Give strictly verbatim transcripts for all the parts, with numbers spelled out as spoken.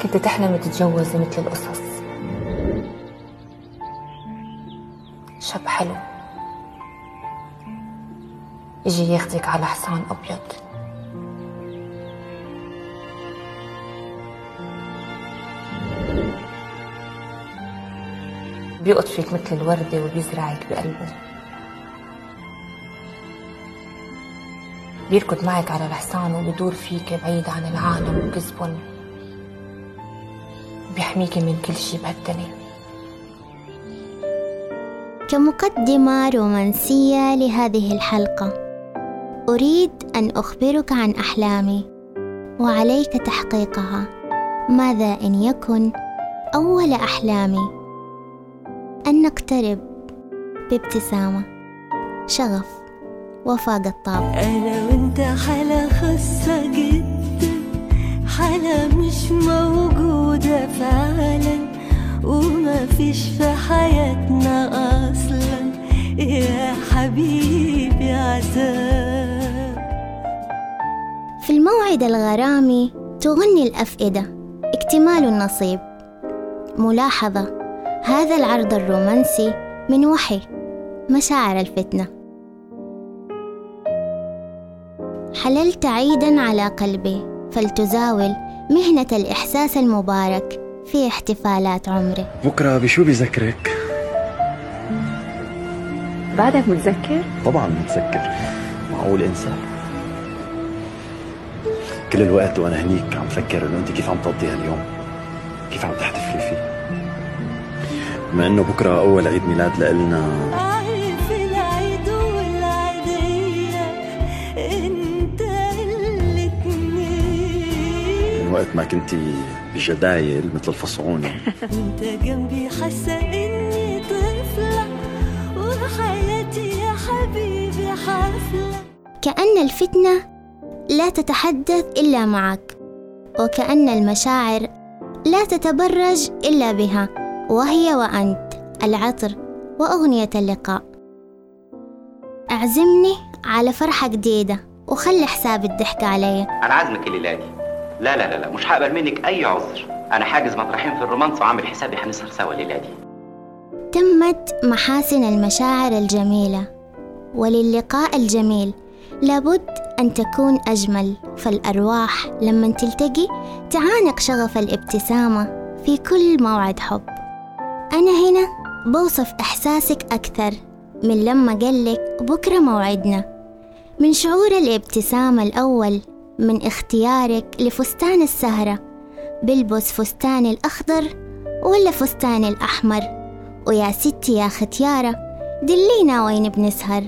كنت تحلم تتجوزي مثل القصص، شاب حلو يجي ياخدك على حصان أبيض، بيقط فيك مثل الوردة وبيزرعك بقلبه، بيركض معك على الحصان وبيدور فيك بعيد عن العالم وكذبن، بيحميك من كل شي بهالدنيا. كمقدمة رومانسية لهذه الحلقة، أريد أن أخبرك عن أحلامي وعليك تحقيقها. ماذا إن يكن أول أحلامي أن نقترب بابتسامة، شغف، وفاء قطاب. أنا وأنت حالة خاصة جدا، حالة مش موجودة فعلا، وما فيش في حياتنا أصلا يا حبيبي عذاب. في الموعد الغرامي تغني الأفئدة، اكتمال النصيب. ملاحظة: هذا العرض الرومانسي من وحي مشاعر الفتنة. حللت عيداً على قلبي، فلتزاول مهنة الإحساس المبارك في احتفالات عمري. بكرة بشو بذكرك؟ بعدك متذكر؟ طبعاً متذكر، معقول انسى؟ كل الوقت وانا هنيك عم فكر انه انت كيف عم تقضي هاليوم، كيف عم تحتفلي فيه، بما انه بكرة اول عيد ميلاد لإلنا. عارف العيد والعيدية انت الاتنين، من وقت ما كنتي بجدايل مثل الفصعونة وانت جنبي حاسة اني طفلة، وحياتي يا حبيبي حفلة. كأن الفتنة لا تتحدث إلا معك، وكأن المشاعر لا تتبرج إلا بها، وهي وأنت، العطر وأغنية اللقاء. أعزمني على فرحة جديدة وخلي حساب الضحك علي. أنا عازمك الليلة دي. لا لا لا لا مش هقبل منك أي عذر، أنا حاجز مطرحين في الرومانس وعامل حسابي هنسهر سوا الليلة دي. تمت محاسن المشاعر الجميلة، وللقاء الجميل لابد أن تكون أجمل، فالأرواح لما تلتقي تعانق شغف الابتسامة في كل موعد حب. أنا هنا بوصف إحساسك أكثر من لما قلك بكرة موعدنا، من شعور الابتسامة الأول، من اختيارك لفستان السهرة، بلبس فستان الأخضر ولا فستان الأحمر، ويا ستي يا ختيارة دلينا وين بنسهر.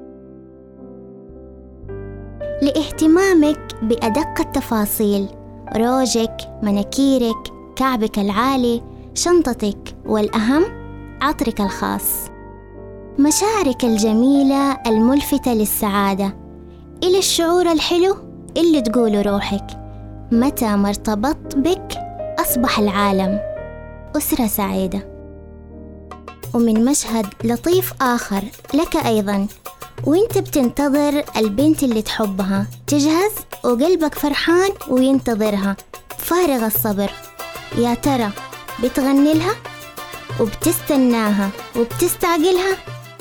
لاهتمامك بأدق التفاصيل، روجك، مناكيرك، كعبك العالي، شنطتك، والأهم عطرك الخاص، مشاعرك الجميلة الملفتة للسعادة، إلى الشعور الحلو اللي تقوله روحك. متى ما ارتبطت بك أصبح العالم أسرة سعيدة. ومن مشهد لطيف آخر لك أيضاً، وانت بتنتظر البنت اللي تحبها تجهز وقلبك فرحان وينتظرها فارغ الصبر، يا ترى بتغني لها وبتستناها وبتستعجلها،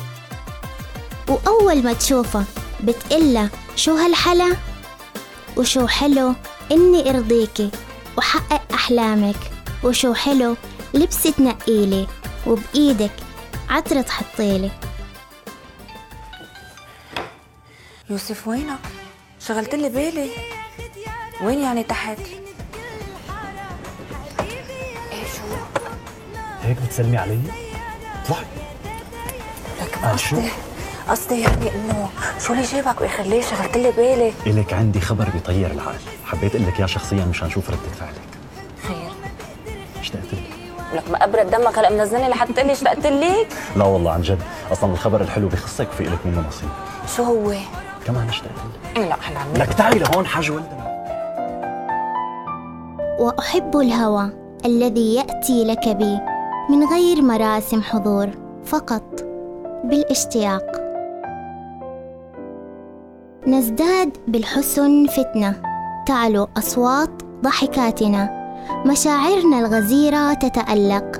وأول ما تشوفها بتقلها شو هالحلا وشو حلو إني أرضيكي وحقق أحلامك، وشو حلو لبس تنقيلي وبإيدك عطر تحطيلي. يوسف وينك؟ شغلت لي بالي. وين يعني تحت؟ ايه شو؟ هيك بتسلمي علي؟ اطلعي. لك آه شو؟ قصدي يعني انه شو اللي جابك ويخليه شغلت لي بالي. إلك عندي خبر بيطير العقل، حبيت اقول لك اياه شخصيا مشان اشوف ردة فعلك. خير؟ اشتقت لك. لك ما ابرد دمك هلا منزلني لحتى تقول لي اشتقت لك؟ لا والله عن جد، اصلا الخبر الحلو بخصك وفي لك منه نصيب. شو هو؟ كمان اشتقت لك. لا هلا عم لك تعي لهون حاج ولدنا. وأحب الهوى الذي يأتي لك بي من غير مراسم حضور، فقط بالاشتياق. نزداد بالحسن فتنة، تعلو أصوات ضحكاتنا، مشاعرنا الغزيرة تتألق.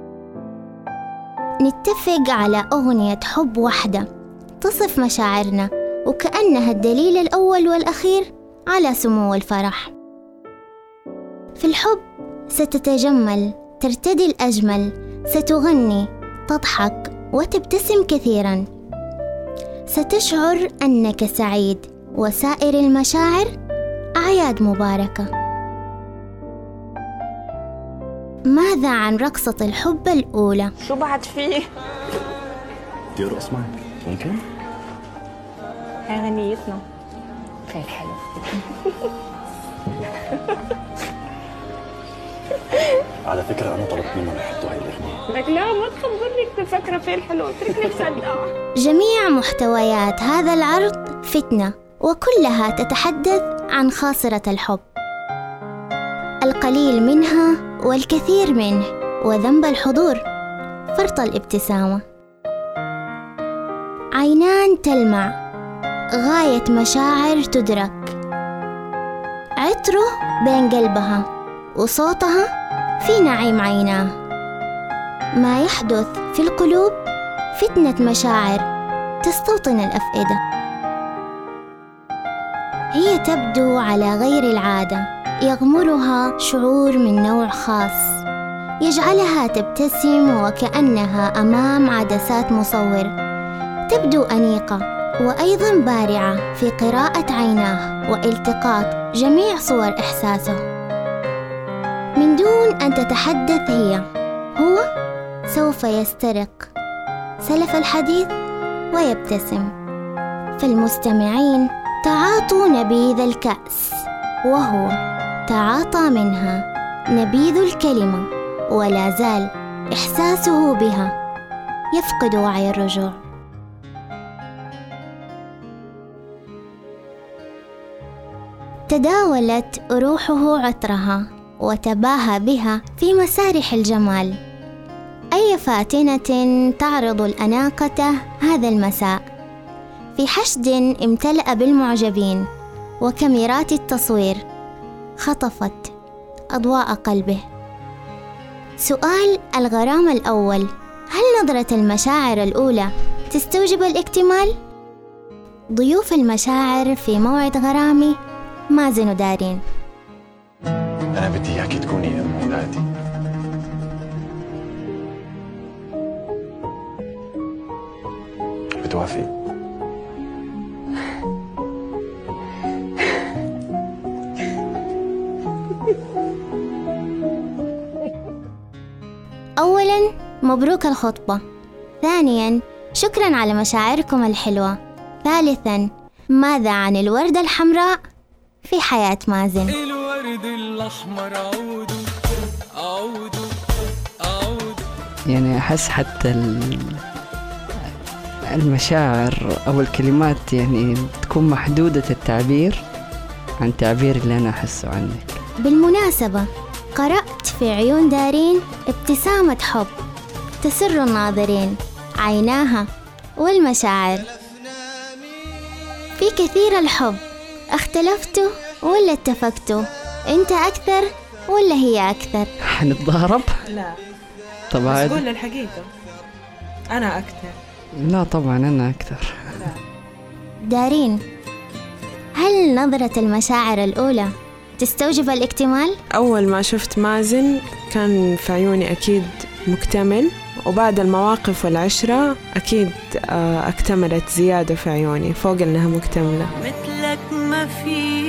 نتفق على أغنية حب واحدة تصف مشاعرنا وكأنها الدليل الأول والأخير على سمو الفرح. في الحب ستتجمل، ترتدي الأجمل، ستغني، تضحك وتبتسم كثيراً. ستشعر أنك سعيد، وسائر المشاعر أعياد مباركة. ماذا عن رقصة الحب الأولى؟ شو بعد فيه؟ بدي أرقص معك، ممكن؟ هاي غنيتنا. فين حلو. على فكرة أنا طلبت منهم يحطوا هاي الأغنية. لك لا ما تخبرني كنت فاكرة فين حلو، اتركني بصدقها. جميع محتويات هذا العرض فتنة، وكلها تتحدث عن خاصرة الحب، القليل منها والكثير منه، وذنب الحضور فرط الابتسامة. عينان تلمع، غاية مشاعر تدرك، عطره بين قلبها وصوتها في نعيم عيناه. ما يحدث في القلوب فتنة مشاعر تستوطن الأفئدة. هي تبدو على غير العادة، يغمرها شعور من نوع خاص يجعلها تبتسم وكأنها أمام عدسات مصور. تبدو أنيقة وأيضا بارعة في قراءة عيناه والتقاط جميع صور إحساسه. من دون أن تتحدث هي، هو سوف يسترق سلف الحديث ويبتسم. فالمستمعين تعاطوا نبيذ الكأس، وهو تعاطى منها نبيذ الكلمة، ولا زال إحساسه بها يفقد وعي الرجوع. تداولت روحه عطرها وتباهى بها في مسارح الجمال. أي فاتنة تعرض الأناقة هذا المساء في حشد امتلأ بالمعجبين، وكاميرات التصوير خطفت أضواء قلبه. سؤال الغرام الأول: هل نظرة المشاعر الأولى تستوجب الاكتمال؟ ضيوف المشاعر في موعد غرامي مازن ودارين. أنا بدي إياكي تكوني أم أولادي. بتوافقي؟ أولاً مبروك الخطبة. ثانياً شكراً على مشاعركم الحلوة. ثالثاً ماذا عن الوردة الحمراء في حياة مازن؟ الورد الأحمر عودوا عودوا عودوا. يعني أحس حتى المشاعر أو الكلمات يعني تكون محدودة التعبير عن تعبير اللي أنا أحسه عنك. بالمناسبة قرأت في عيون دارين ابتسامة حب تسر الناظرين، عيناها والمشاعر. في كثير الحب، اختلفتوا ولا اتفقتوا؟ انت أكثر ولا هي أكثر؟ حنتضارب؟ لا طبعا. بس قول الحقيقة، أنا أكثر. لا طبعا أنا أكثر. لا. دارين، هل نظرة المشاعر الأولى تستوجب الاكتمال؟ أول ما شفت مازن كان في عيوني أكيد مكتمل، وبعد المواقف والعشرة أكيد اكتملت زيادة في عيوني فوق أنها مكتملة. مثلك ما في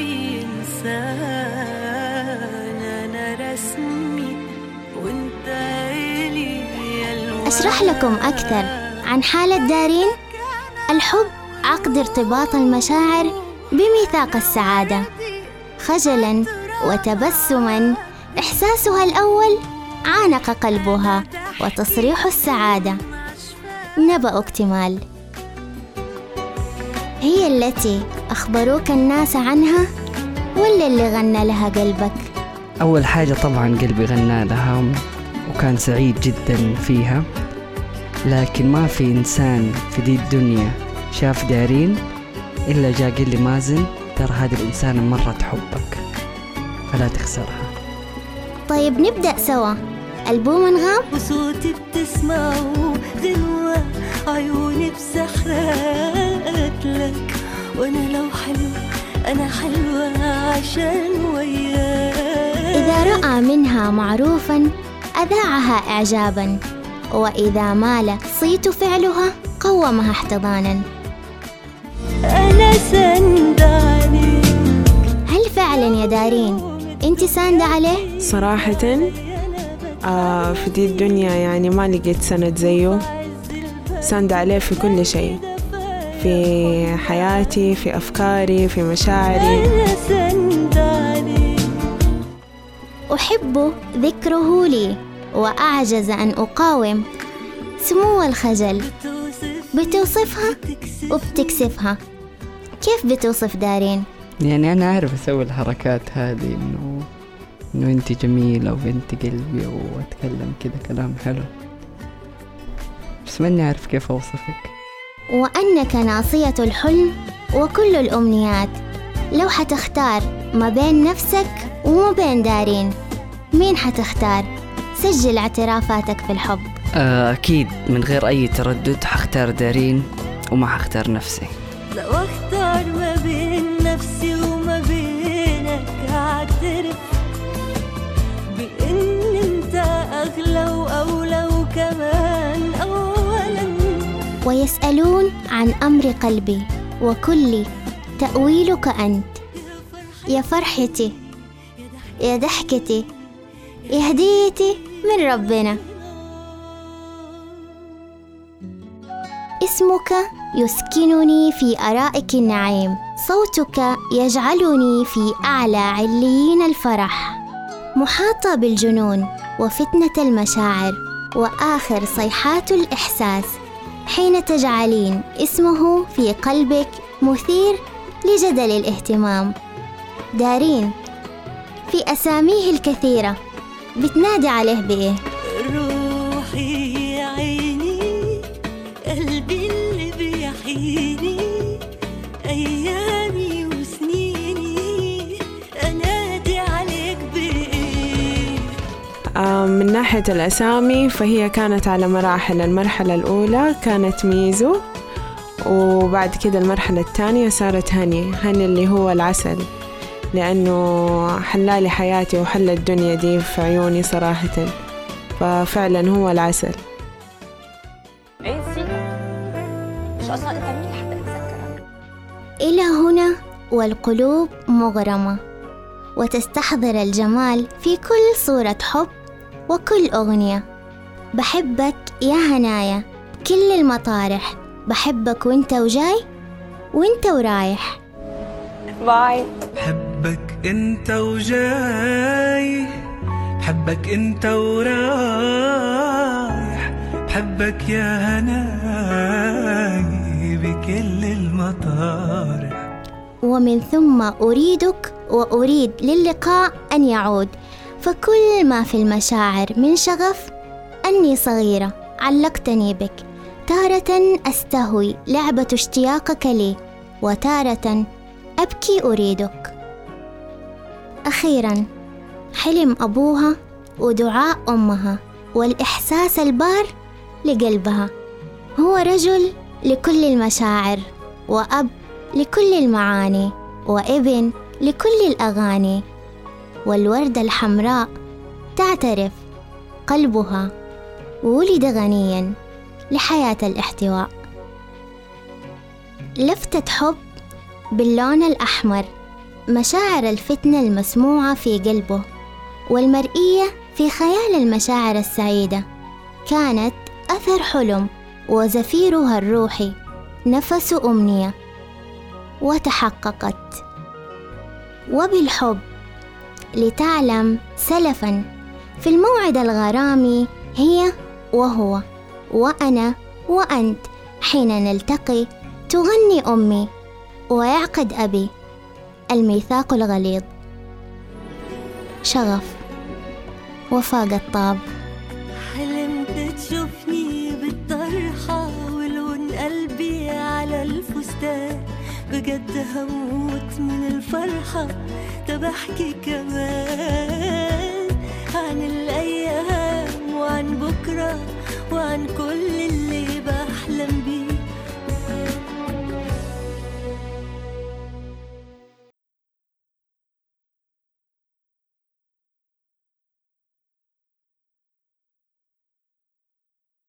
إنسان، أنا رسمي وانت إلي. أشرح لكم أكثر عن حالة دارين. الحب عقد ارتباط المشاعر بميثاق السعادة. خجلاً وتبسماً إحساسها الأول عانق قلبها، وتصريح السعادة نبأ اكتمال. هي التي أخبروك الناس عنها ولا اللي غنى لها قلبك؟ أول حاجة طبعا قلبي غنى لها وكان سعيد جدا فيها، لكن ما في إنسان في دي الدنيا شاف دارين إلا جاء قال لي مازن ترى هذه الإنسانة مرة تحبك فلا تخسرها. طيب نبدأ سوا. ألبوم أنغام. وصوتي بتسمعه غنوة، عيوني بسحرات لك، وأنا لو حلوة أنا حلوة عشان وياك. إذا رأى منها معروفا أذاعها إعجابا، وإذا مال صيت فعلها قومها احتضانا. أنا سند عليك. هل فعلا يا دارين أنت ساندة عليه؟ صراحة آه في دي الدنيا يعني ما لقيت سند زيه. ساندة عليه في كل شيء، في حياتي، في أفكاري، في مشاعري. أنا سند عليك. أحب ذكره لي وأعجز أن أقاوم سمو الخجل. بتوصفها وبتكسفها. كيف بتوصف دارين؟ يعني أنا أعرف أسوي الحركات هذه، إنه إنه أنت جميلة وبنت قلبي وأتكلم كذا كلام حلو، بس ماني أعرف كيف أوصفك. وأنك ناصية الحلم وكل الأمنيات. لو حتختار ما بين نفسك وما بين دارين، مين حتختار؟ سجل اعترافاتك في الحب. أكيد من غير أي تردد حختار دارين وما حختار نفسي. لو اختار ما بين نفسي وما بينك، هعترف بإن انت أغلى وأولى وكمان أولا. ويسألون عن أمر قلبي وكل تأويلك أنت. يا فرحتي، يا ضحكتي، يا هديتي من ربنا. اسمك يسكنني في أرائك النعيم، صوتك يجعلني في أعلى عليين الفرح، محاطة بالجنون وفتنة المشاعر وآخر صيحات الإحساس، حين تجعلين اسمه في قلبك مثير لجدل الاهتمام. دارين في أساميه الكثيرة بتنادي عليه بإيه؟ روحي يا عيني، قلبي اللي بيحييني، أيامي وسنيني، أنادي عليك بإيه؟ آه من ناحية الأسامي فهي كانت على مراحل. المرحلة الأولى كانت ميزو، وبعد كده المرحلة الثانية صارت هني. هني اللي هو العسل، لأنه حلالي حياتي وحل الدنيا دي في عيوني صراحة، ففعلا هو العسل. عزي مش أصلا أنت مين لحتى نتذكرك؟ إلى هنا والقلوب مغرمة وتستحضر الجمال في كل صورة حب وكل أغنية. بحبك يا هنايا كل المطارح، بحبك وانت وجاي وانت ورايح. باي. بحبك انت وجاي، بحبك انت ورايح، بحبك يا هناي بكل المطارح. ومن ثم أريدك وأريد للقاء أن يعود، فكل ما في المشاعر من شغف أني صغيرة علقتني بك. تارة أستهوي لعبة اشتياقك لي، وتارة أبكي أريدك. أخيرا حلم أبوها ودعاء أمها والإحساس البار لقلبها. هو رجل لكل المشاعر، وأب لكل المعاني، وابن لكل الأغاني. والوردة الحمراء تعترف قلبها ولد غنيا لحياة الاحتواء. لفتة حب باللون الأحمر، مشاعر الفتنة المسموعة في قلبه والمرئية في خيال المشاعر السعيدة، كانت أثر حلم وزفيرها الروحي نفس أمنية وتحققت. وبالحب لتعلم سلفا في الموعد الغرامي هي وهو وأنا وأنت، حين نلتقي تغني أمي ويعقد أبي الميثاق الغليظ. شغف وفاق الطاب. حلمت تشوفني بالطرحة ولون قلبي على الفستان، بجد هموت من الفرحة، طب احكي كمان.